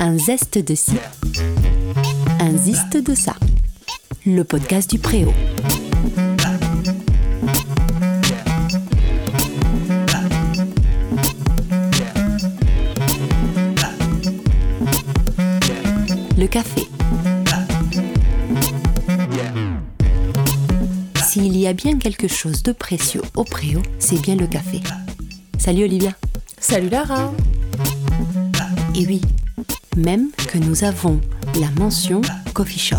Un zeste de ci, un ziste de ça. Le podcast du Préau. Le café. S'il y a bien quelque chose de précieux au Préau, c'est bien le café. Salut Olivia. Salut Lara. Et oui, même que nous avons la mention coffee shop.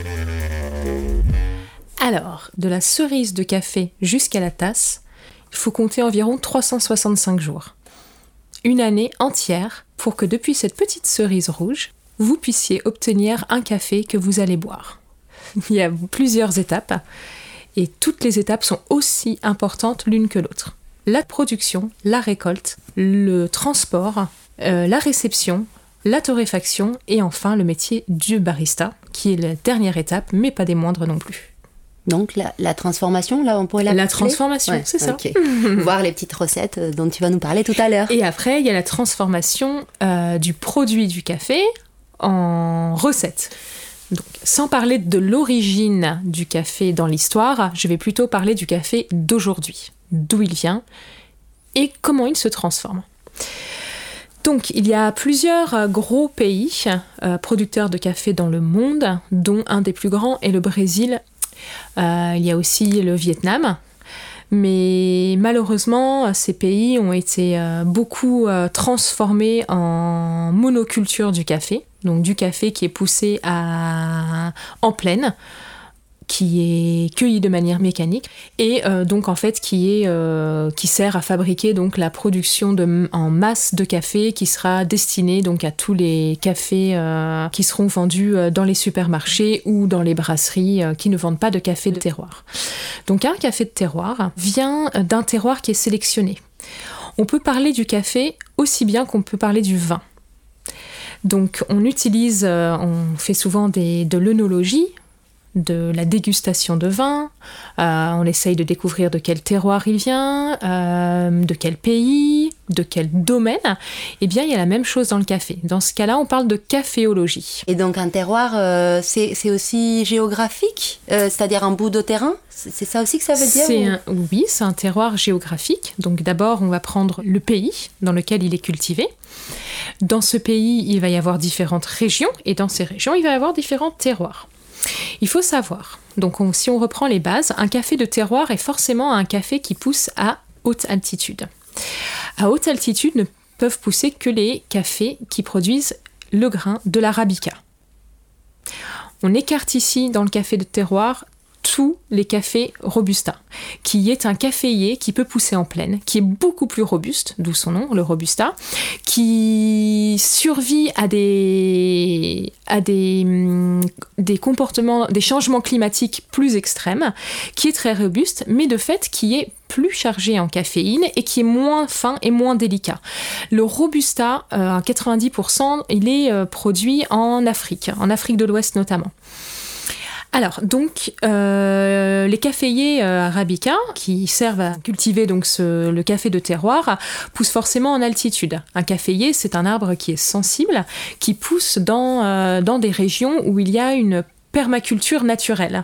Alors, de la cerise de café jusqu'à la tasse, il faut compter environ 365 jours. Une année entière pour que depuis cette petite cerise rouge, vous puissiez obtenir un café que vous allez boire. Il y a plusieurs étapes et toutes les étapes sont aussi importantes l'une que l'autre. La production, la récolte, le transport, la réception, la torréfaction et enfin le métier du barista, qui est la dernière étape, mais pas des moindres non plus. Donc la transformation, là on pourrait l'appeler ? La transformation, ouais, c'est ça. Okay. Voir les petites recettes dont tu vas nous parler tout à l'heure. Et après, il y a la transformation du produit du café en recette. Donc, sans parler de l'origine du café dans l'histoire, je vais plutôt parler du café d'aujourd'hui, d'où il vient et comment il se transforme. Donc, il y a plusieurs gros pays producteurs de café dans le monde, dont un des plus grands est le Brésil. Il y a aussi le Vietnam. Mais malheureusement, ces pays ont été beaucoup transformés en monoculture du café, donc du café qui est poussé en plaine, qui est cueilli de manière mécanique, et donc en fait qui sert à fabriquer donc la production en masse de café qui sera destinée donc à tous les cafés qui seront vendus dans les supermarchés ou dans les brasseries qui ne vendent pas de café de terroir. Donc un café de terroir vient d'un terroir qui est sélectionné. On peut parler du café aussi bien qu'on peut parler du vin. Donc on fait souvent de l'œnologie, de la dégustation de vin, on essaye de découvrir de quel terroir il vient, de quel pays, de quel domaine. Eh bien, il y a la même chose dans le café. Dans ce cas-là, on parle de caféologie. Et donc un terroir, c'est aussi géographique, c'est-à-dire un bout de terrain ? C'est ça aussi que ça veut dire ? Oui, c'est un terroir géographique. Donc d'abord, on va prendre le pays dans lequel il est cultivé. Dans ce pays, il va y avoir différentes régions, et dans ces régions, il va y avoir différents terroirs. Il faut savoir, donc si on reprend les bases, un café de terroir est forcément un café qui pousse à haute altitude. À haute altitude ne peuvent pousser que les cafés qui produisent le grain de l'arabica. On écarte ici, dans le café de terroir, tous les cafés robusta, qui est un caféier qui peut pousser en plaine, qui est beaucoup plus robuste, d'où son nom, le robusta, qui survit à des comportements, des changements climatiques plus extrêmes, qui est très robuste, mais de fait qui est plus chargé en caféine et qui est moins fin et moins délicat. Le robusta, à 90%, il est produit en Afrique de l'Ouest notamment. Alors, donc, les caféiers arabica, qui servent à cultiver donc le café de terroir, poussent forcément en altitude. Un caféier, c'est un arbre qui est sensible, qui pousse dans des régions où il y a une permaculture naturelle.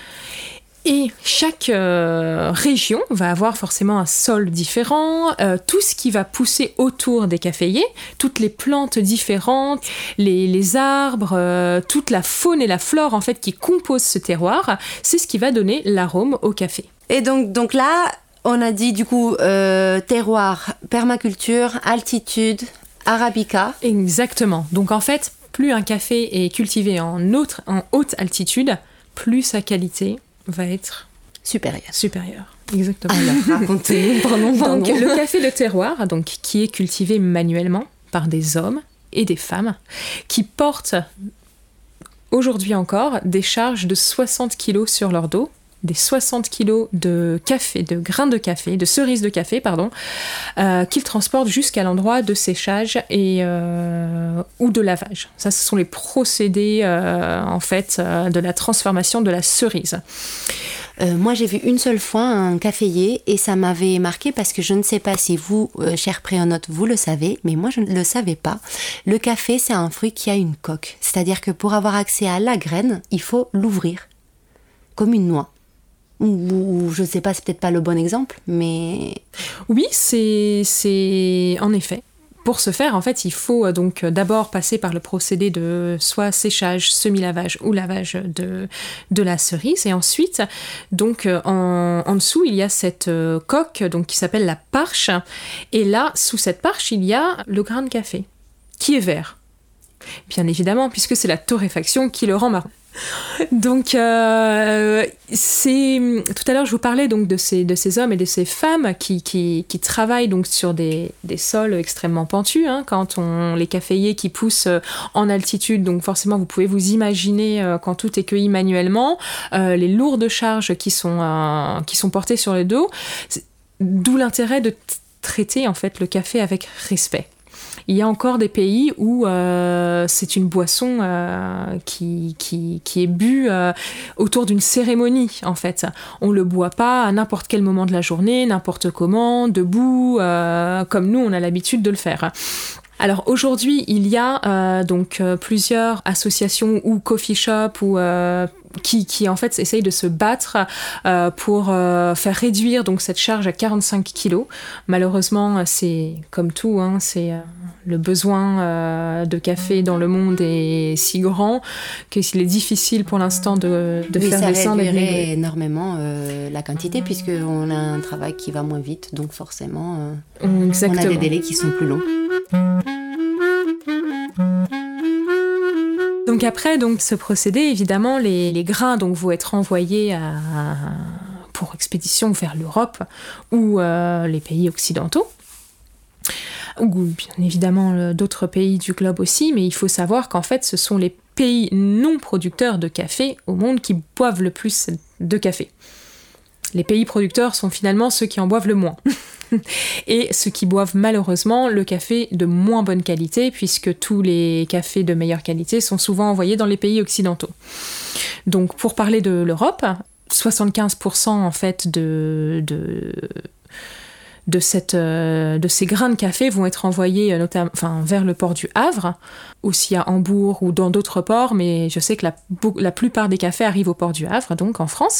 Et chaque région va avoir forcément un sol différent, tout ce qui va pousser autour des caféiers, toutes les plantes différentes, les arbres, toute la faune et la flore en fait qui composent ce terroir, c'est ce qui va donner l'arôme au café. Et donc là, on a dit du coup terroir, permaculture, altitude, arabica. Exactement. Donc en fait, plus un café est cultivé en haute altitude, plus sa qualité va être supérieur. Exactement. Racontez-nous, pardon. Donc, le café de terroir, donc, qui est cultivé manuellement par des hommes et des femmes, qui portent aujourd'hui encore des charges de 60 kilos sur leur dos, des 60 kilos de café, de grains de café, de cerises de café, qu'ils transportent jusqu'à l'endroit de séchage ou de lavage. Ça, ce sont les procédés de la transformation de la cerise. Moi, j'ai vu une seule fois un caféier et ça m'avait marqué parce que je ne sais pas si vous, chers préonotes, vous le savez, mais moi, je ne le savais pas. Le café, c'est un fruit qui a une coque. C'est-à-dire que pour avoir accès à la graine, il faut l'ouvrir, comme une noix. Ou je ne sais pas, c'est peut-être pas le bon exemple, mais... Oui, c'est en effet. Pour ce faire, en fait, il faut donc d'abord passer par le procédé de soit séchage, semi-lavage ou lavage de la cerise. Et ensuite, donc en dessous, il y a cette coque donc, qui s'appelle la parche. Et là, sous cette parche, il y a le grain de café, qui est vert. Bien évidemment, puisque c'est la torréfaction qui le rend marron. Donc, tout à l'heure, je vous parlais donc de ces hommes et de ces femmes qui travaillent donc sur des sols extrêmement pentus. Hein, quand les caféiers qui poussent en altitude, donc forcément, vous pouvez vous imaginer quand tout est cueilli manuellement, les lourdes charges qui sont portées sur le dos. D'où l'intérêt de traiter en fait le café avec respect. Il y a encore des pays où c'est une boisson qui est bue autour d'une cérémonie, en fait. On ne le boit pas à n'importe quel moment de la journée, n'importe comment, debout, comme nous, on a l'habitude de le faire. Alors aujourd'hui, il y a donc plusieurs associations ou coffee shops ou qui en fait essayent de se battre pour faire réduire donc cette charge à 45 kilos. Malheureusement, c'est comme tout, hein, c'est le besoin de café dans le monde est si grand qu'il est difficile pour l'instant de faire descendre. Ça réduirait énormément la quantité puisqu'on a un travail qui va moins vite, donc forcément on a des délais qui sont plus longs. Donc après ce procédé, évidemment, les grains donc, vont être envoyés pour expédition vers l'Europe ou les pays occidentaux, ou bien évidemment d'autres pays du globe aussi, mais il faut savoir qu'en fait, ce sont les pays non producteurs de café au monde qui boivent le plus de café. Les pays producteurs sont finalement ceux qui en boivent le moins. Et ceux qui boivent malheureusement le café de moins bonne qualité, puisque tous les cafés de meilleure qualité sont souvent envoyés dans les pays occidentaux. Donc pour parler de l'Europe, 75% en fait de ces grains de café vont être envoyés vers le port du Havre, aussi à Hambourg ou dans d'autres ports, mais je sais que la plupart des cafés arrivent au port du Havre, donc en France.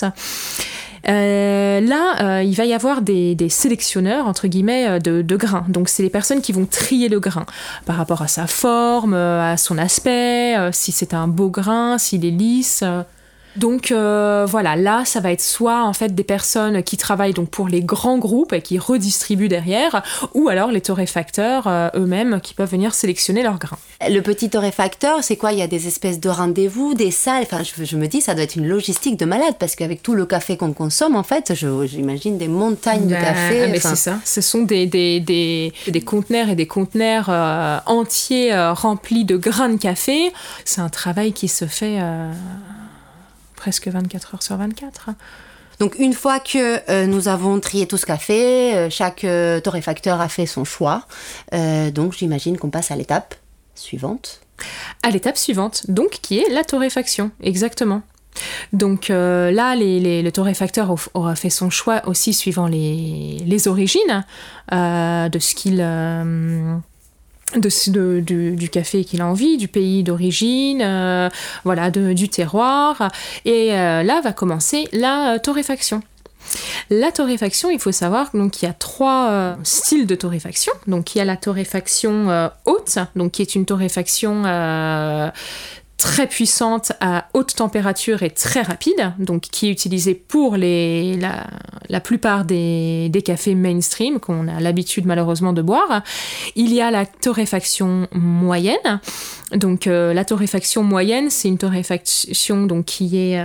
Il va y avoir des sélectionneurs, entre guillemets, de grains. Donc, c'est les personnes qui vont trier le grain par rapport à sa forme, à son aspect, si c'est un beau grain, s'il est lisse. Donc voilà, là, ça va être soit en fait des personnes qui travaillent donc pour les grands groupes et qui redistribuent derrière, ou alors les torréfacteurs eux-mêmes qui peuvent venir sélectionner leurs grains. Le petit torréfacteur, c'est quoi ? Il y a des espèces de rendez-vous, des salles. Enfin, je me dis, ça doit être une logistique de malade parce qu'avec tout le café qu'on consomme, en fait, j'imagine des montagnes de café. Mais c'est ça. Ce sont des conteneurs et des conteneurs entiers remplis de grains de café. C'est un travail qui se fait presque 24 heures sur 24. Donc une fois que nous avons trié tout ce café, chaque torréfacteur a fait son choix. Donc j'imagine qu'on passe à l'étape suivante. À l'étape suivante, donc qui est la torréfaction, exactement. Donc là, le torréfacteur aura fait son choix aussi suivant les origines de ce qu'il... du café qu'il a envie, du pays d'origine, du terroir. Et là va commencer la torréfaction. La torréfaction, il faut savoir qu'il y a 3 styles de torréfaction. Donc il y a la torréfaction haute, donc qui est une torréfaction très puissante à haute température et très rapide, donc qui est utilisée pour la plupart des cafés mainstream qu'on a l'habitude malheureusement de boire. Il y a la torréfaction moyenne. Donc la torréfaction moyenne, c'est une torréfaction donc qui est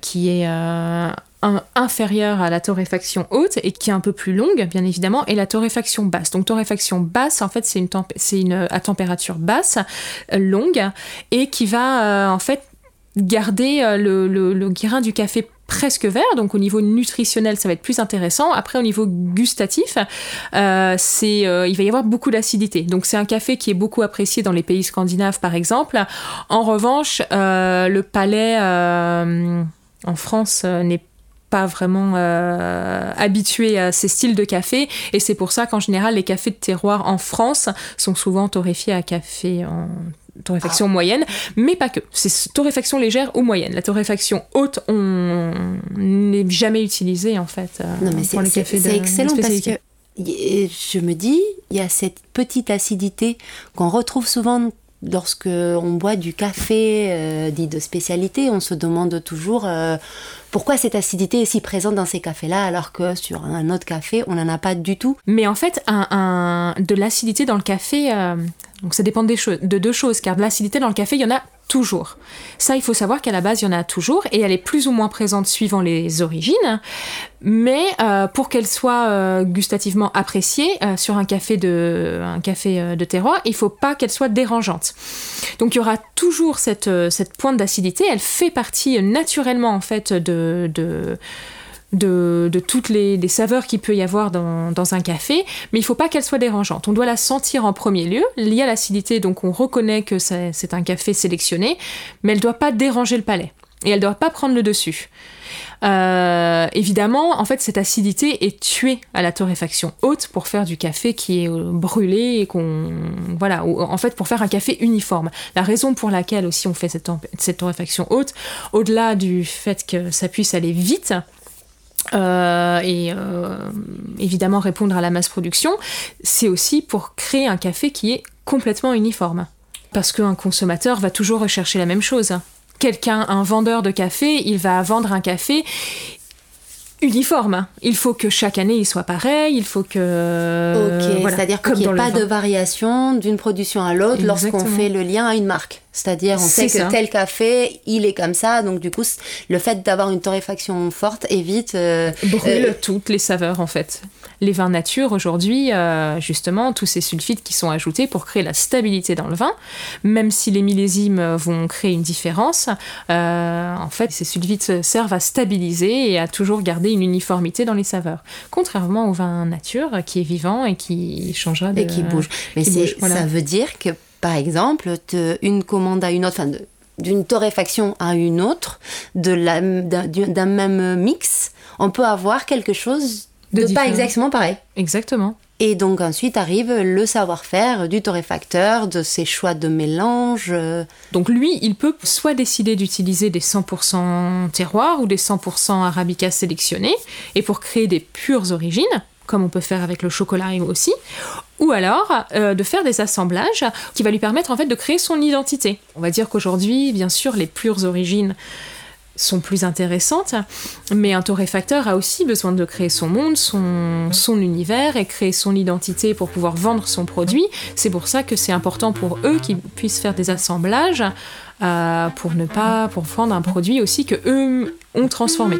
inférieure à la torréfaction haute et qui est un peu plus longue, bien évidemment, et la torréfaction basse. Donc torréfaction basse, en fait, c'est à température basse, longue, et qui va en fait garder le grain du café presque vert, donc au niveau nutritionnel ça va être plus intéressant. Après au niveau gustatif, il va y avoir beaucoup d'acidité, donc c'est un café qui est beaucoup apprécié dans les pays scandinaves par exemple. En revanche, le palais en France n'est pas vraiment habitués à ces styles de café, et c'est pour ça qu'en général les cafés de terroir en France sont souvent torréfiés à café en torréfaction moyenne, mais pas que. C'est torréfaction légère ou moyenne. La torréfaction haute, on n'est jamais utilisé en fait pour les cafés c'est excellent parce que je me dis, il y a cette petite acidité qu'on retrouve souvent lorsque on boit du café dit de spécialité. On se demande toujours pourquoi cette acidité est si présente dans ces cafés-là alors que sur un autre café, on n'en a pas du tout. Mais en fait, de l'acidité dans le café, donc ça dépend de deux choses, car de l'acidité dans le café, il y en a toujours. Ça, il faut savoir qu'à la base, il y en a toujours, et elle est plus ou moins présente suivant les origines, mais pour qu'elle soit gustativement appréciée sur un café de terroir, il ne faut pas qu'elle soit dérangeante. Donc il y aura toujours cette pointe d'acidité, elle fait partie naturellement en fait de toutes les saveurs qu'il peut y avoir dans un café, mais il ne faut pas qu'elle soit dérangeante. On doit la sentir en premier lieu. Il y a l'acidité, donc on reconnaît que c'est un café sélectionné, mais elle ne doit pas déranger le palais. Et elle ne doit pas prendre le dessus. Évidemment, en fait, cette acidité est tuée à la torréfaction haute pour faire du café qui est brûlé et en fait, pour faire un café uniforme. La raison pour laquelle aussi on fait cette torréfaction haute, au-delà du fait que ça puisse aller vite, évidemment répondre à la masse production, c'est aussi pour créer un café qui est complètement uniforme. Parce qu'un consommateur va toujours rechercher la même chose. Un vendeur de café, il va vendre un café uniforme. Il faut que chaque année il soit pareil, il faut que... c'est-à-dire qu'il n'y ait pas de variation d'une production à l'autre lorsqu'on fait le lien à une marque. C'est-à-dire, on sait que tel café, il est comme ça, donc du coup, le fait d'avoir une torréfaction forte évite... brûle toutes les saveurs, en fait. Les vins nature, aujourd'hui, justement, tous ces sulfites qui sont ajoutés pour créer la stabilité dans le vin, même si les millésimes vont créer une différence, en fait, ces sulfites servent à stabiliser et à toujours garder une uniformité dans les saveurs. Contrairement au vin nature, qui est vivant et qui changera et qui bouge. Mais ça veut dire que par exemple, d'une commande à une autre, enfin d'une torréfaction à une autre, d'un même mix, on peut avoir quelque chose de pas exactement pareil. Exactement. Et donc ensuite arrive le savoir-faire du torréfacteur, de ses choix de mélange. Donc lui, il peut soit décider d'utiliser des 100% terroirs ou des 100% arabicas sélectionnés, et pour créer des pures origines, comme on peut faire avec le chocolat aussi, ou alors de faire des assemblages qui va lui permettre en fait de créer son identité. On va dire qu'aujourd'hui, bien sûr, les pures origines sont plus intéressantes, mais un torréfacteur a aussi besoin de créer son monde, son univers et créer son identité pour pouvoir vendre son produit. C'est pour ça que c'est important pour eux qu'ils puissent faire des assemblages pour vendre un produit aussi que eux ont transformé.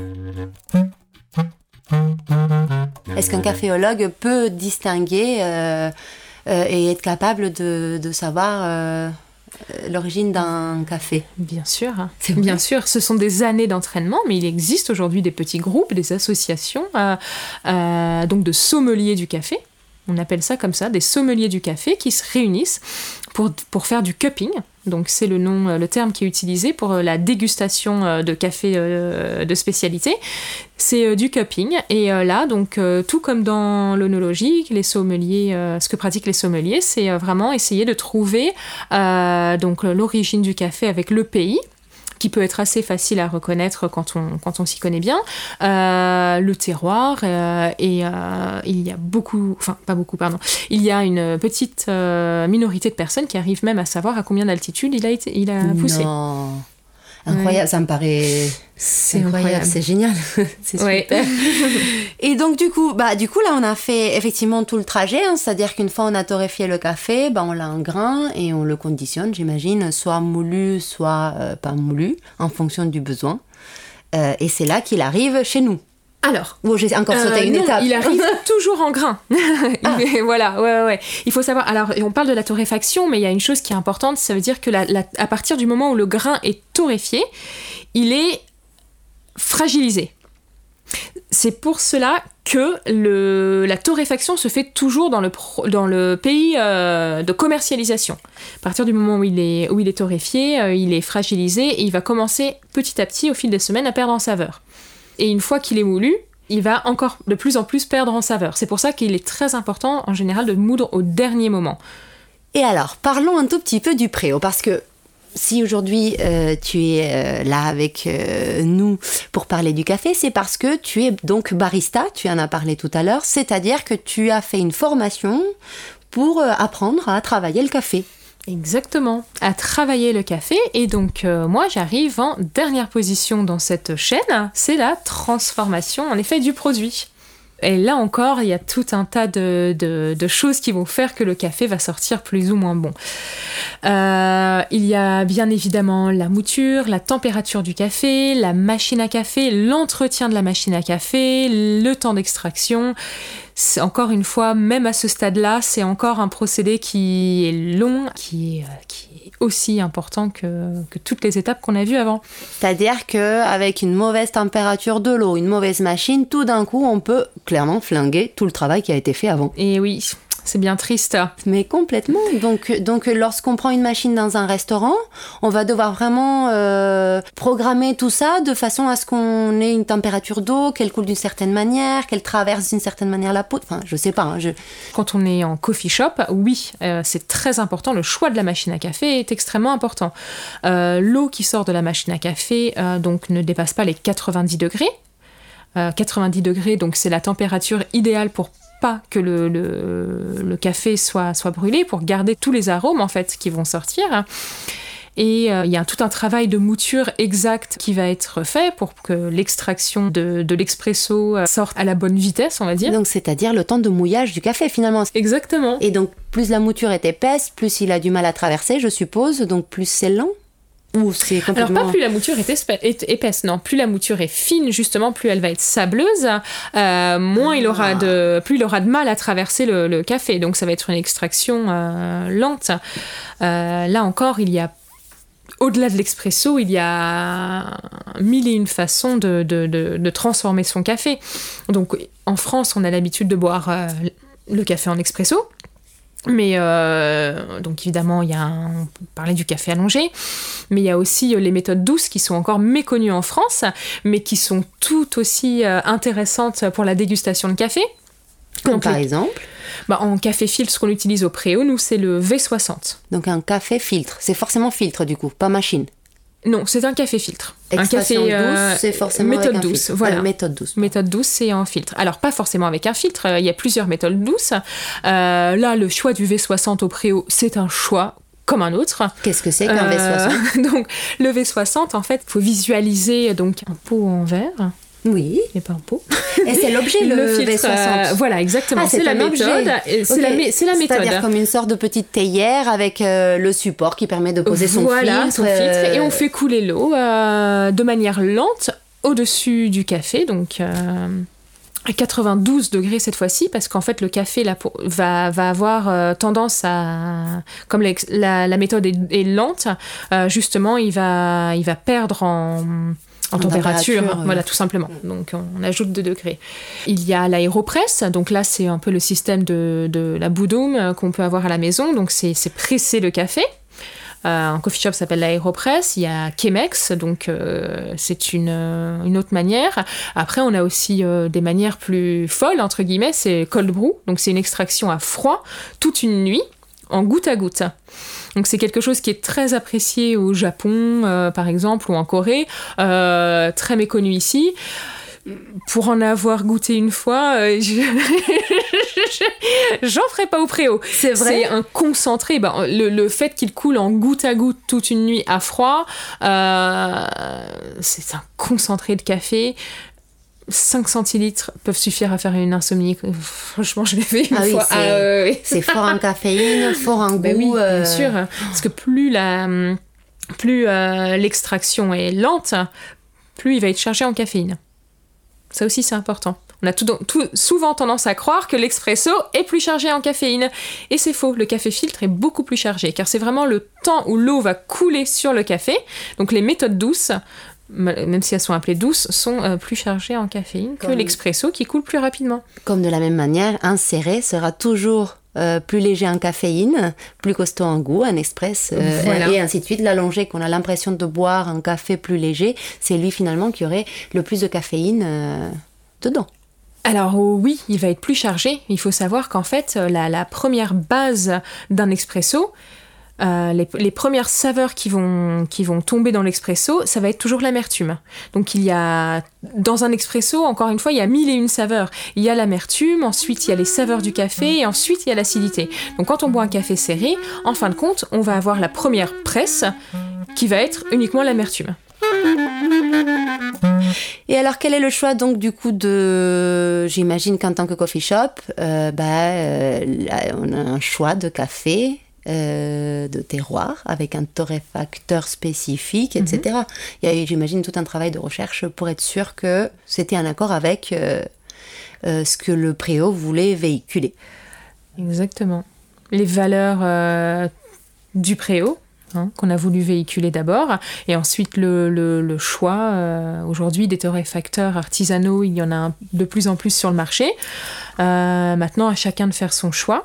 Est-ce qu'un caféologue peut distinguer et être capable de savoir l'origine d'un café? Bien sûr. Bien sûr, ce sont des années d'entraînement, mais il existe aujourd'hui des petits groupes, des associations donc de sommeliers du café. On appelle ça comme ça, des sommeliers du café qui se réunissent pour faire du cupping. Donc c'est le terme qui est utilisé pour la dégustation de café de spécialité. C'est du cupping. Et là, donc tout comme dans l'œnologie, les sommeliers, ce que pratiquent les sommeliers, c'est vraiment essayer de trouver donc l'origine du café avec le pays, qui peut être assez facile à reconnaître quand on s'y connaît bien, le terroir, et il y a il y a une petite minorité de personnes qui arrivent même à savoir à combien d'altitude il a poussé. Non. Incroyable, ça me paraît... C'est incroyable, c'est génial, c'est super. Et donc du coup, là on a fait effectivement tout le trajet, c'est-à-dire qu'une fois on a torréfié le café, on l'a en grain et on le conditionne, j'imagine, soit moulu, soit pas moulu, en fonction du besoin. Et c'est là qu'il arrive chez nous. Alors, j'ai encore sauté une étape. Il arrive toujours en grain. Voilà, ouais. Il faut savoir. Alors, on parle de la torréfaction, mais il y a une chose qui est importante, ça veut dire que à partir du moment où le grain est torréfié, il est fragilisé. C'est pour cela que la torréfaction se fait toujours dans le pays de commercialisation. À partir du moment où il est torréfié, il est fragilisé et il va commencer petit à petit, au fil des semaines, à perdre en saveur. et une fois qu'il est moulu, il va encore de plus en plus perdre en saveur. C'est pour ça qu'il est très important en général de moudre au dernier moment. Et alors, parlons un tout petit peu du préau, parce que si aujourd'hui tu es là avec nous pour parler du café, c'est parce que tu es donc barista, tu en as parlé tout à l'heure, c'est-à-dire que tu as fait une formation pour apprendre à travailler le café. Exactement, à travailler le café. Et donc, moi, j'arrive en dernière position dans cette chaîne, c'est la transformation, en effet, du produit. Et là encore, il y a tout un tas de choses qui vont faire que le café va sortir plus ou moins bon. Il y a bien évidemment la mouture, la température du café, la machine à café, l'entretien de la machine à café, le temps d'extraction. C'est, encore une fois, même à ce stade-là, c'est encore un procédé qui est long, qui est aussi important que toutes les étapes qu'on a vues avant. C'est-à-dire qu'avec une mauvaise température de l'eau, une mauvaise machine, tout d'un coup, on peut clairement flinguer tout le travail qui a été fait avant. Et oui, c'est bien triste. Mais complètement. Donc lorsqu'on prend une machine dans un restaurant, on va devoir vraiment programmer tout ça de façon à ce qu'on ait une température d'eau, qu'elle coule d'une certaine manière, qu'elle traverse d'une certaine manière la peau. Enfin, je sais pas. Quand on est en coffee shop, oui, c'est très important. Le choix de la machine à café est extrêmement important. L'eau qui sort de la machine à café donc ne dépasse pas les 90 degrés. 90 degrés, donc c'est la température idéale pour pas que le café soit brûlé, pour garder tous les arômes en fait qui vont sortir. Et il y a tout un travail de mouture exact qui va être fait pour que l'extraction de l'expresso sorte à la bonne vitesse, on va dire. Donc c'est-à-dire le temps de mouillage du café finalement. Exactement. Et donc plus la mouture est épaisse, plus il a du mal à traverser, je suppose, donc plus c'est lent. Ou c'est complètement... Alors pas plus la mouture est épaisse, non, plus la mouture est fine, justement, plus elle va être sableuse, moins plus il aura de mal à traverser le café, donc ça va être une extraction lente. Là encore, au-delà de l'expresso, il y a mille et une façons de transformer son café. Donc en France, on a l'habitude de boire le café en expresso. Mais donc évidemment, on peut parler du café allongé, mais il y a aussi les méthodes douces qui sont encore méconnues en France, mais qui sont tout aussi intéressantes pour la dégustation de café. Comme donc, par exemple en café filtre, ce qu'on utilise au préau, nous, c'est le V60. Donc un café filtre, c'est forcément filtre du coup, pas machine. Non, c'est un café filtre. Extraction un café douce, c'est forcément méthode avec un douce. filtre. Voilà. Méthode douce. Méthode douce, c'est en filtre. Alors pas forcément avec un filtre. Il y a plusieurs méthodes douces. Là, le choix du V60 au préau, c'est un choix comme un autre. Qu'est-ce que c'est qu'un V60 ? Donc le V60, en fait, il faut visualiser donc un pot en verre. Oui. Et pas un pot. Et c'est l'objet, le filtre, V60. Voilà, exactement. C'est la méthode. C'est la méthode. C'est-à-dire comme une sorte de petite théière avec le support qui permet de poser son filtre. Et on fait couler l'eau de manière lente au-dessus du café, donc à 92 degrés cette fois-ci, parce qu'en fait le café là, va avoir tendance à... Comme la méthode est lente, justement il va perdre en température, voilà, tout simplement. Donc, on ajoute 2 degrés. Il y a l'aéropresse. Donc là, c'est un peu le système de la boudoum qu'on peut avoir à la maison. Donc, c'est presser le café. Un coffee shop s'appelle l'aéropresse. Il y a Chemex, donc c'est une autre manière. Après, on a aussi des manières plus folles, entre guillemets. C'est cold brew. Donc, c'est une extraction à froid toute une nuit, en goutte à goutte. Donc c'est quelque chose qui est très apprécié au Japon, par exemple, ou en Corée, très méconnu ici. Pour en avoir goûté une fois, j'en ferai pas au préau. C'est vrai. C'est un concentré. Le fait qu'il coule en goutte à goutte toute une nuit à froid, c'est un concentré de café. 5 centilitres peuvent suffire à faire une insomnie. Franchement, je l'ai fait une fois. C'est fort en caféine, fort en goût. Oui, bien sûr. Parce que plus l'extraction est lente, plus il va être chargé en caféine. Ça aussi, c'est important. On a souvent tendance à croire que l'expresso est plus chargé en caféine. Et c'est faux. Le café filtre est beaucoup plus chargé, car c'est vraiment le temps où l'eau va couler sur le café. Donc les méthodes douces, même si elles sont appelées douces, sont plus chargées en caféine que l'expresso qui coule plus rapidement. Comme de la même manière, un serré sera toujours plus léger en caféine, plus costaud en goût, un express, Voilà. et ainsi de suite. L'allongé, qu'on a l'impression de boire un café plus léger, c'est lui finalement qui aurait le plus de caféine dedans. Alors oui, il va être plus chargé. Il faut savoir qu'en fait, la première base d'un expresso, les premières saveurs qui vont tomber dans l'expresso, ça va être toujours l'amertume. Donc il y a, dans un expresso, encore une fois, il y a 1001 saveurs. Il y a l'amertume, ensuite il y a les saveurs du café, et ensuite il y a l'acidité. Donc quand on boit un café serré, en fin de compte, on va avoir la première presse qui va être uniquement l'amertume. Et alors, quel est le choix donc du coup de... J'imagine qu'en tant que coffee shop, on a un choix de café, de terroir, avec un torréfacteur spécifique, etc. Il y a, j'imagine, tout un travail de recherche pour être sûr que c'était en accord avec ce que le préau voulait véhiculer. Exactement. Les valeurs du préau, qu'on a voulu véhiculer d'abord, et ensuite le choix. Aujourd'hui, des torréfacteurs artisanaux, il y en a de plus en plus sur le marché. Maintenant, à chacun de faire son choix.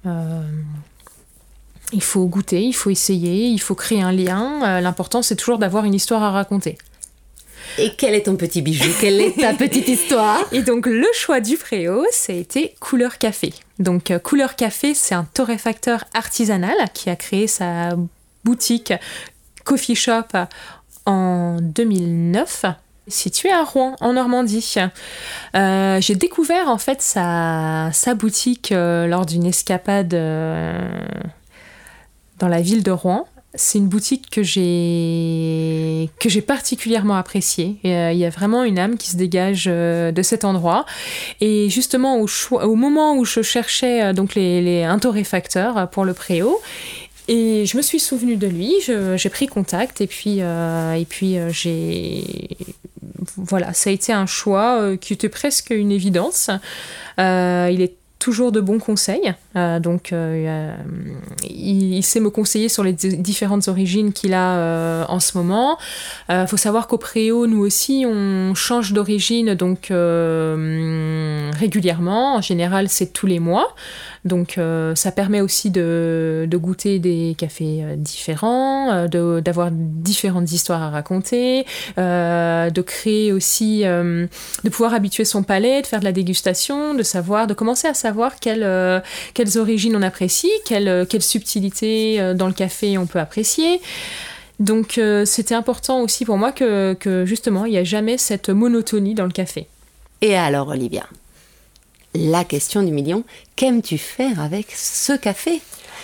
Il faut goûter, il faut essayer, il faut créer un lien. L'important, c'est toujours d'avoir une histoire à raconter. Et quel est ton petit bijou? Quelle est ta petite histoire? Et donc, le choix du préau, ça a été Couleur Café. Donc, Couleur Café, c'est un torréfacteur artisanal qui a créé sa boutique Coffee Shop en 2009, située à Rouen, en Normandie. J'ai découvert en fait sa boutique lors d'une escapade dans la ville de Rouen. C'est une boutique que j'ai particulièrement appréciée. Il y a vraiment une âme qui se dégage de cet endroit. Et justement, au moment où je cherchais donc un torréfacteur pour le préau, et je me suis souvenue de lui, j'ai pris contact et puis voilà, ça a été un choix qui était presque une évidence. Il est toujours de bons conseils, il sait me conseiller sur les différentes origines qu'il a en ce moment. Faut savoir qu'au préau, nous aussi, on change d'origine donc régulièrement. En général, c'est tous les mois. Donc ça permet aussi de goûter des cafés différents, d'avoir différentes histoires à raconter, de créer aussi, de pouvoir habituer son palais, de faire de la dégustation, de commencer à savoir quelles origines on apprécie, quelle subtilité dans le café on peut apprécier. Donc c'était important aussi pour moi que justement il n'y a jamais cette monotonie dans le café. Et alors Olivia, la question du million, qu'aimes-tu faire avec ce café?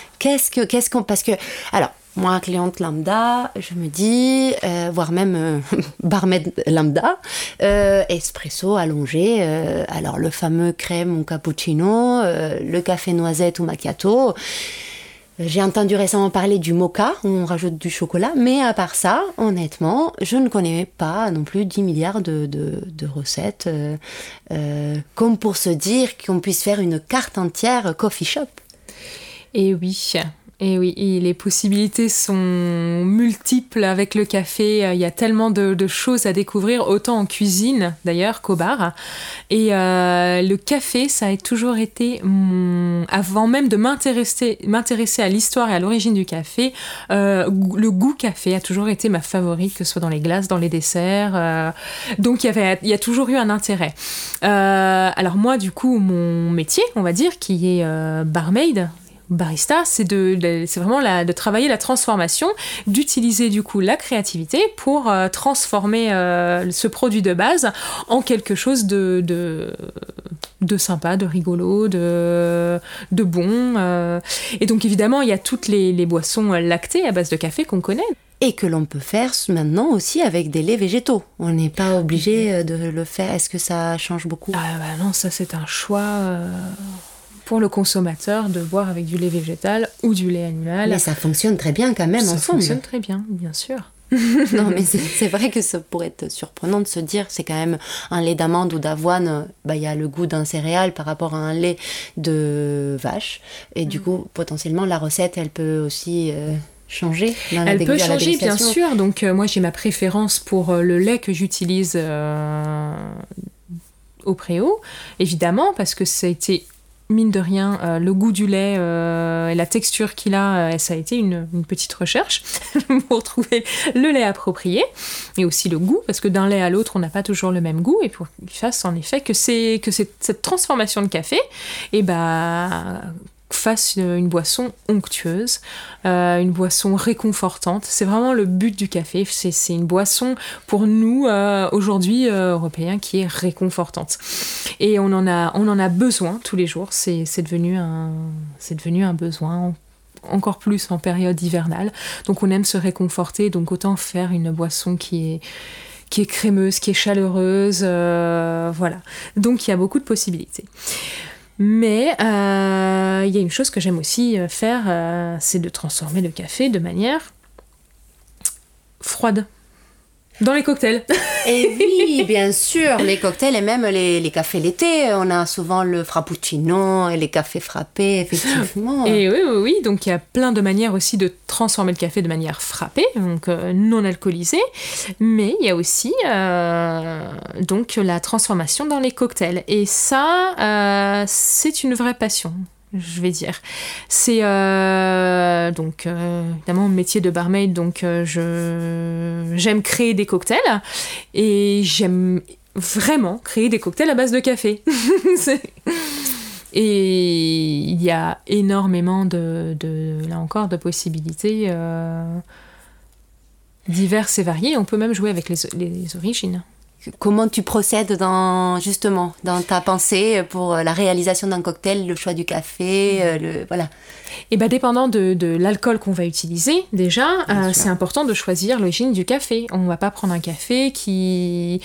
Parce que, alors, moi, cliente lambda, je me dis, voire même barmaid lambda, espresso allongé, alors le fameux crème ou cappuccino, le café noisette ou macchiato. J'ai entendu récemment parler du mocha, où on rajoute du chocolat, mais à part ça, honnêtement, je ne connais pas non plus 10 milliards de recettes, comme pour se dire qu'on puisse faire une carte entière coffee shop. Et oui, et les possibilités sont multiples avec le café. Il y a tellement de choses à découvrir, autant en cuisine d'ailleurs qu'au bar. Et le café, ça a toujours été, avant même de m'intéresser à l'histoire et à l'origine du café, le goût café a toujours été ma favorite, que ce soit dans les glaces, dans les desserts. Donc il y a toujours eu un intérêt. Alors moi, du coup, mon métier, on va dire, qui est barmaid, barista, c'est vraiment de travailler la transformation, d'utiliser du coup la créativité pour transformer ce produit de base en quelque chose de sympa, de rigolo, de bon. Et donc évidemment, il y a toutes les boissons lactées à base de café qu'on connaît. Et que l'on peut faire maintenant aussi avec des laits végétaux. On n'est pas obligé de le faire. Est-ce que ça change beaucoup? Non, ça c'est un choix... pour le consommateur de boire avec du lait végétal ou du lait animal. Mais ça fonctionne très bien quand même ensemble. Ça fonctionne très bien, bien sûr. Non, mais c'est vrai que ça pourrait être surprenant de se dire, c'est quand même un lait d'amande ou d'avoine, y a le goût d'un céréal par rapport à un lait de vache. Et du coup, potentiellement, la recette, elle peut aussi... changer. Elle peut changer, bien sûr. Donc, moi, j'ai ma préférence pour le lait que j'utilise au préau, évidemment, parce que ça a été mine de rien, le goût du lait et la texture qu'il a, ça a été une petite recherche pour trouver le lait approprié, et aussi le goût, parce que d'un lait à l'autre, on n'a pas toujours le même goût, et pour qu'il fasse en effet que cette transformation de café, fasse une boisson onctueuse, une boisson réconfortante. C'est vraiment le but du café. C'est une boisson pour nous aujourd'hui Européens qui est réconfortante. Et on en a besoin tous les jours. C'est devenu un besoin. Encore plus en période hivernale. Donc on aime se réconforter. Donc autant faire une boisson qui est crémeuse, qui est chaleureuse. Voilà. Donc il y a beaucoup de possibilités. Mais il y a une chose que j'aime aussi faire, c'est de transformer le café de manière froide. Dans les cocktails. Et oui, bien sûr, les cocktails et même les cafés l'été. On a souvent le frappuccino et les cafés frappés, effectivement. Et oui. Donc il y a plein de manières aussi de transformer le café de manière frappée, donc non alcoolisée. Mais il y a aussi donc la transformation dans les cocktails. Et ça, c'est une vraie passion. Je vais dire. C'est donc évidemment mon métier de barmaid, donc j'aime créer des cocktails et j'aime vraiment créer des cocktails à base de café. Et il y a énormément là encore de possibilités diverses et variées. On peut même jouer avec les origines. Comment tu procèdes dans ta pensée pour la réalisation d'un cocktail, le choix du café, voilà. Et dépendant de l'alcool qu'on va utiliser, déjà, c'est important de choisir l'origine du café. On va pas prendre un café qui...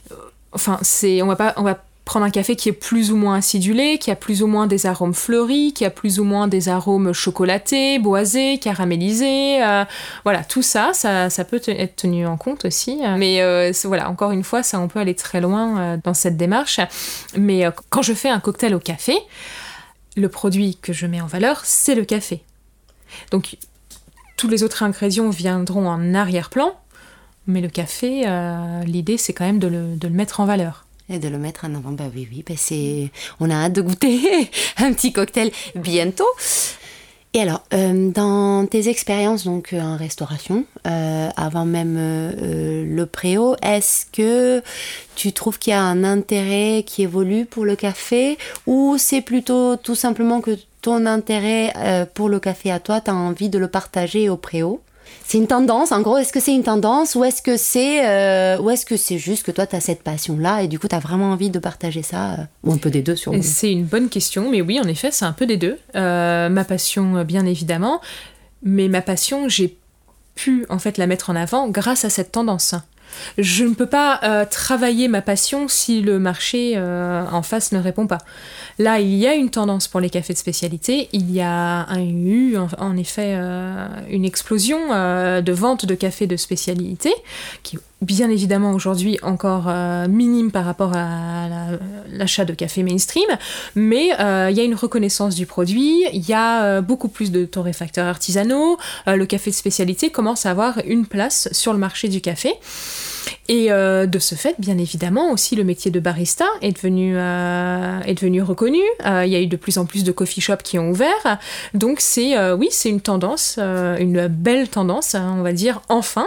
on va prendre un café qui est plus ou moins acidulé, qui a plus ou moins des arômes fleuris, qui a plus ou moins des arômes chocolatés, boisés, caramélisés. Voilà, tout ça peut être tenu en compte aussi. Mais voilà, encore une fois, on peut aller très loin dans cette démarche. Mais quand je fais un cocktail au café, le produit que je mets en valeur, c'est le café. Donc, tous les autres ingrédients viendront en arrière-plan, mais le café, l'idée, c'est quand même de le mettre en valeur. Et de le mettre en avant, oui, on a hâte de goûter un petit cocktail bientôt. Et alors, dans tes expériences donc en restauration, avant même le préau, est-ce que tu trouves qu'il y a un intérêt qui évolue pour le café, ou c'est plutôt tout simplement que ton intérêt pour le café à toi, tu as envie de le partager au préau ? C'est une tendance, en gros, est-ce que c'est une tendance ou est-ce que c'est juste que toi tu as cette passion-là et du coup tu as vraiment envie de partager ça, ou un peu des deux sûrement. C'est une bonne question, mais oui, en effet, c'est un peu des deux. Ma passion, bien évidemment, mais ma passion, j'ai pu en fait la mettre en avant grâce à cette tendance. Je ne peux pas travailler ma passion si le marché en face ne répond pas. Là, il y a une tendance pour les cafés de spécialité. Il y a eu en effet une explosion de vente de cafés de spécialité, qui bien évidemment aujourd'hui encore minime par rapport à l'achat de café mainstream, mais il y a une reconnaissance du produit, il y a beaucoup plus de torréfacteurs artisanaux, le café de spécialité commence à avoir une place sur le marché du café. Et de ce fait, bien évidemment, aussi le métier de barista est devenu reconnu. Il y a eu de plus en plus de coffee shops qui ont ouvert. Donc c'est une tendance, une belle tendance, on va dire, enfin,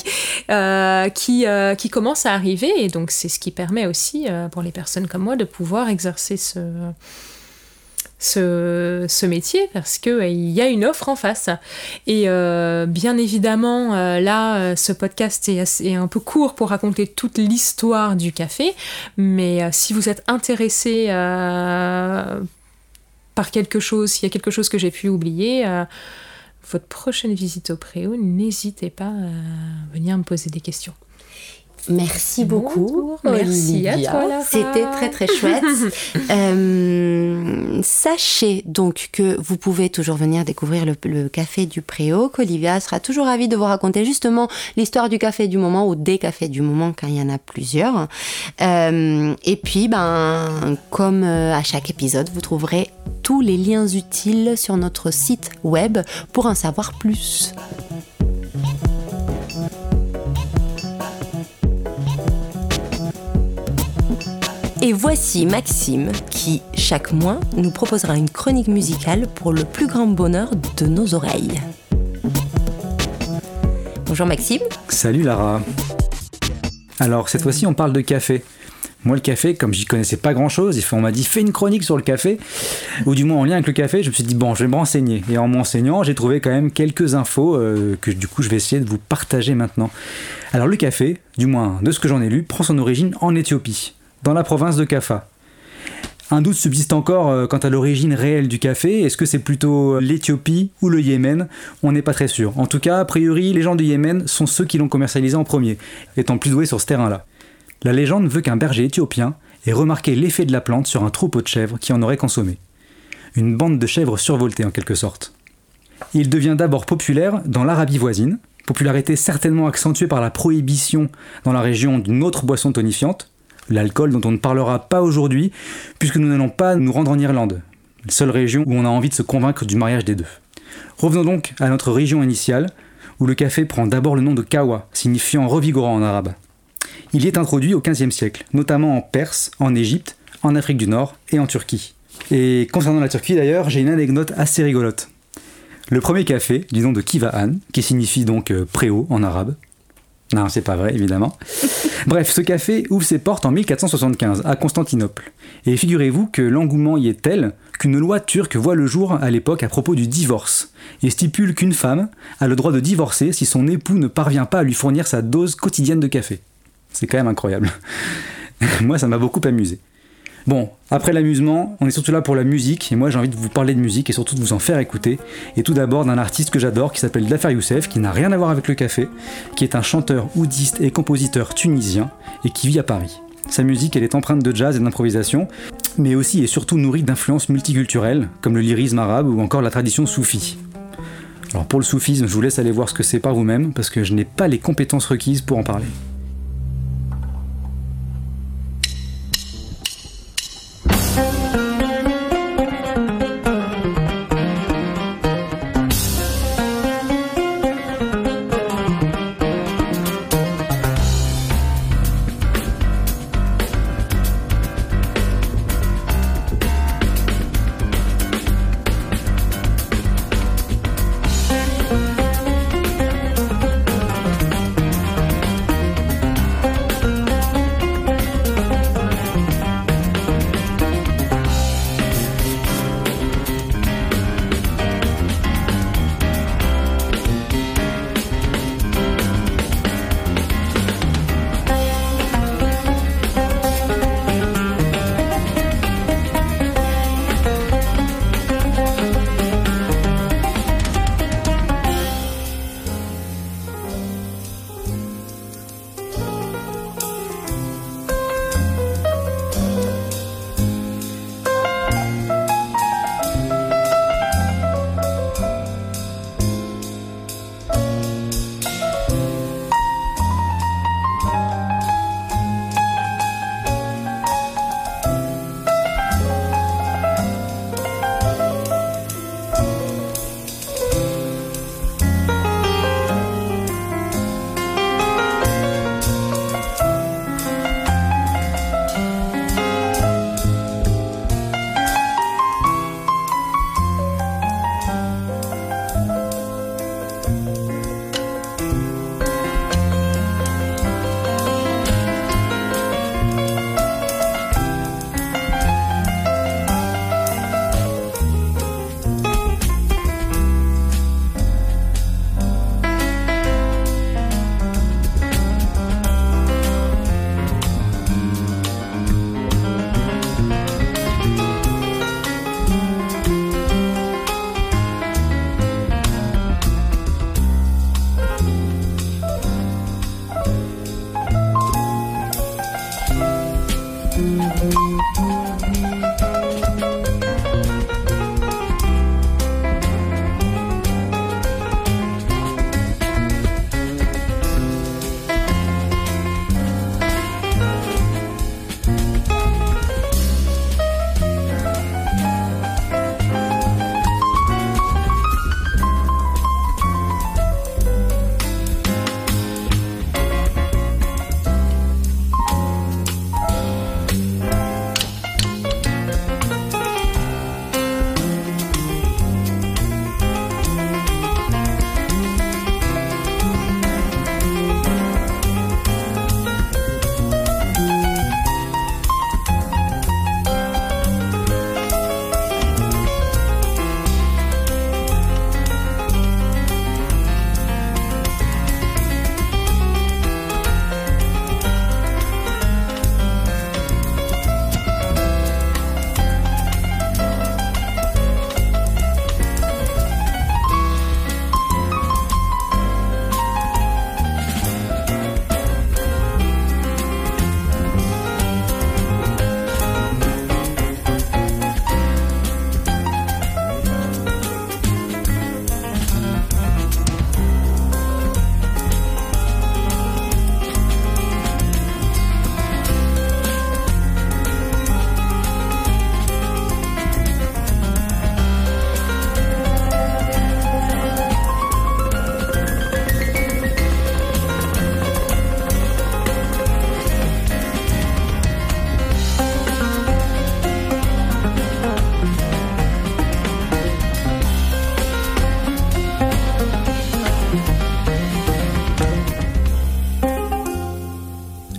qui commence à arriver. Et donc c'est ce qui permet aussi, pour les personnes comme moi, de pouvoir exercer ce métier, parce que il y a une offre en face. Et bien évidemment, là, ce podcast est un peu court pour raconter toute l'histoire du café, mais si vous êtes intéressé par quelque chose, s'il y a quelque chose que j'ai pu oublier, votre prochaine visite au préau, n'hésitez pas à venir me poser des questions. Merci beaucoup. Merci à toi, Lara. C'était très très chouette. Sachez donc que vous pouvez toujours venir découvrir le café du préau, qu'Olivia sera toujours ravie de vous raconter justement l'histoire du café du moment ou des cafés du moment quand il y en a plusieurs. Et puis, comme à chaque épisode, vous trouverez tous les liens utiles sur notre site web pour en savoir plus. Et voici Maxime qui, chaque mois, nous proposera une chronique musicale pour le plus grand bonheur de nos oreilles. Bonjour Maxime. Salut Lara. Alors cette fois-ci on parle de café. Moi le café, comme j'y connaissais pas grand-chose, on m'a dit fais une chronique sur le café, ou du moins en lien avec le café, je me suis dit bon je vais me renseigner. Et en m'enseignant j'ai trouvé quand même quelques infos que du coup je vais essayer de vous partager maintenant. Alors le café, du moins de ce que j'en ai lu, prend son origine en Éthiopie, dans la province de Kaffa. Un doute subsiste encore quant à l'origine réelle du café. Est-ce que c'est plutôt l'Éthiopie ou le Yémen ? On n'est pas très sûr. En tout cas, a priori, les gens du Yémen sont ceux qui l'ont commercialisé en premier, étant plus doués sur ce terrain-là. La légende veut qu'un berger éthiopien ait remarqué l'effet de la plante sur un troupeau de chèvres qui en aurait consommé. Une bande de chèvres survoltées en quelque sorte. Il devient d'abord populaire dans l'Arabie voisine, popularité certainement accentuée par la prohibition dans la région d'une autre boisson tonifiante, l'alcool dont on ne parlera pas aujourd'hui, puisque nous n'allons pas nous rendre en Irlande, la seule région où on a envie de se convaincre du mariage des deux. Revenons donc à notre région initiale, où le café prend d'abord le nom de kawa, signifiant revigorant en arabe. Il y est introduit au XVe siècle, notamment en Perse, en Égypte, en Afrique du Nord et en Turquie. Et concernant la Turquie d'ailleurs, j'ai une anecdote assez rigolote. Le premier café, du nom de Kivahan, qui signifie donc préau en arabe. Non, c'est pas vrai, évidemment. Bref, ce café ouvre ses portes en 1475, à Constantinople. Et figurez-vous que l'engouement y est tel qu'une loi turque voit le jour à l'époque à propos du divorce, et stipule qu'une femme a le droit de divorcer si son époux ne parvient pas à lui fournir sa dose quotidienne de café. C'est quand même incroyable. Moi, ça m'a beaucoup amusé. Bon, après l'amusement, on est surtout là pour la musique, et moi j'ai envie de vous parler de musique et surtout de vous en faire écouter. Et tout d'abord d'un artiste que j'adore qui s'appelle Dhafer Youssef, qui n'a rien à voir avec le café, qui est un chanteur, oudiste et compositeur tunisien, et qui vit à Paris. Sa musique, elle est empreinte de jazz et d'improvisation, mais aussi et surtout nourrie d'influences multiculturelles, comme le lyrisme arabe ou encore la tradition soufie. Alors pour le soufisme, je vous laisse aller voir ce que c'est par vous-même, parce que je n'ai pas les compétences requises pour en parler.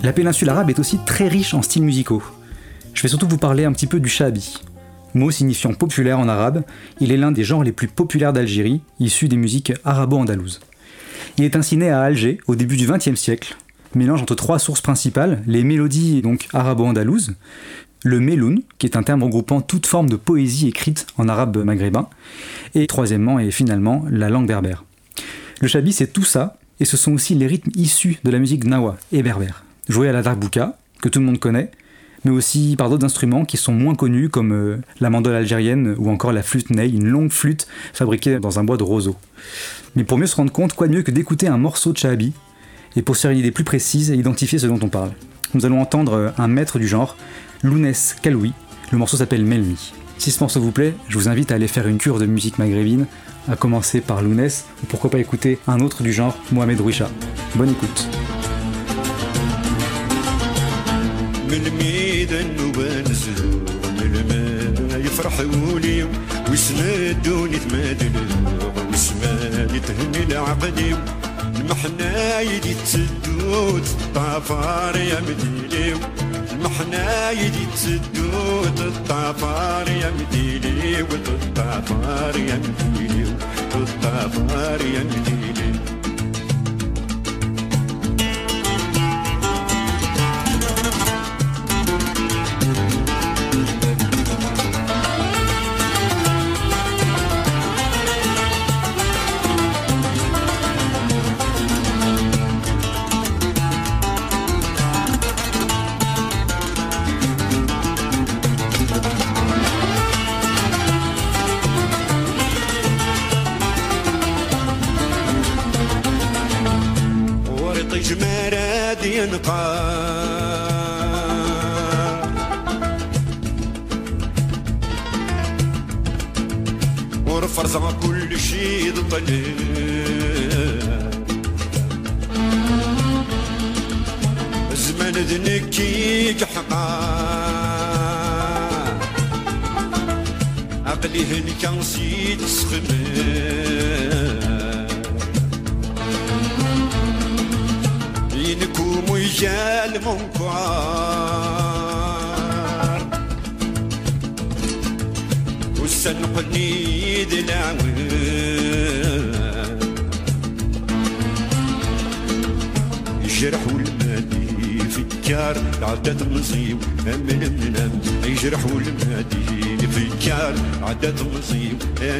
La péninsule arabe est aussi très riche en styles musicaux. Je vais surtout vous parler un petit peu du shabi. Mot signifiant populaire en arabe, il est l'un des genres les plus populaires d'Algérie, issu des musiques arabo-andalouses. Il est ainsi né à Alger au début du XXe siècle, mélange entre 3 sources principales, les mélodies donc arabo-andalouses, le meloun, qui est un terme regroupant toute forme de poésie écrite en arabe maghrébin, et troisièmement et finalement la langue berbère. Le shabi c'est tout ça, et ce sont aussi les rythmes issus de la musique gnawa et berbère, joués à la darbouka, que tout le monde connaît, mais aussi par d'autres instruments qui sont moins connus comme la mandole algérienne ou encore la flûte ney, une longue flûte fabriquée dans un bois de roseau. Mais pour mieux se rendre compte, quoi de mieux que d'écouter un morceau de shabi, et pour se faire une idée plus précise et identifier ce dont on parle. Nous allons entendre un maître du genre, Lounès Kaloui, le morceau s'appelle Melmi. Si ce morceau vous plaît, je vous invite à aller faire une cure de musique maghrébine, à commencer par Lounès, ou pourquoi pas écouter un autre du genre, Mohamed Rouicha. Bonne écoute. من الميدان وبنزل من الماء يفرحوا لي ويسندوني تمادلوا وسماني تهني العقدي المحنايد تسدود الطفار يا مديلي المحنايد تسدود الطفار يا مديلي والطفار يا مديلي والطفار يا مديلي ورفرزع كل شي ضطلع زمان ذنكيك حقا عقلي هنك نسيت سخمان ينكم ويا المنكر والسنقني دلعوان يجرحوا المادي في الكار عدد مصيب من يجرحوا المادي في الكار عدد مصيب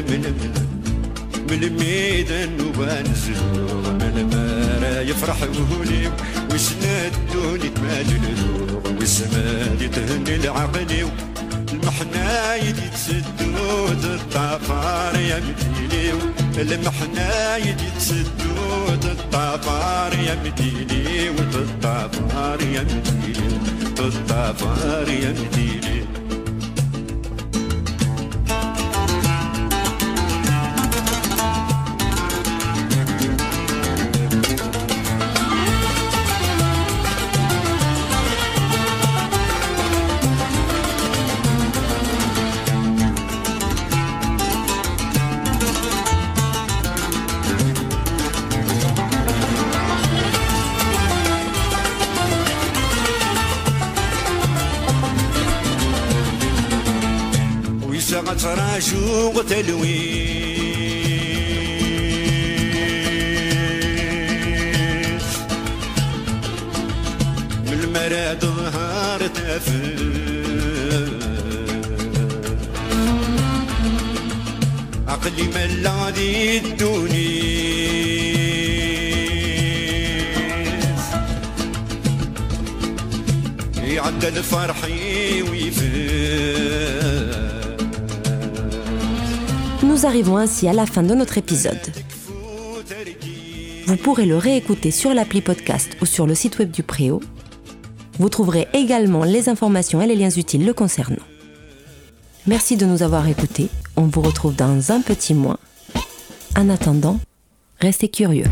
من الميدان وبنزل من المارا يفرحوا لي ويسندوني تمادلوا والسماد تهني العقلي المحنايد يتسدود الطفار يا مديلي المحنايد يتسدود الطفار يا مديلي والطفار يا مديلي الطفار يا مديلي تراجو وتلويث من المراد ظهر تافه عقلي ملادي الدونيس يعدل فرحي ويفيد. Nous arrivons ainsi à la fin de notre épisode. Vous pourrez le réécouter sur l'appli podcast ou sur le site web du Préau. Vous trouverez également les informations et les liens utiles le concernant. Merci de nous avoir écoutés. On vous retrouve dans un petit mois. En attendant, restez curieux.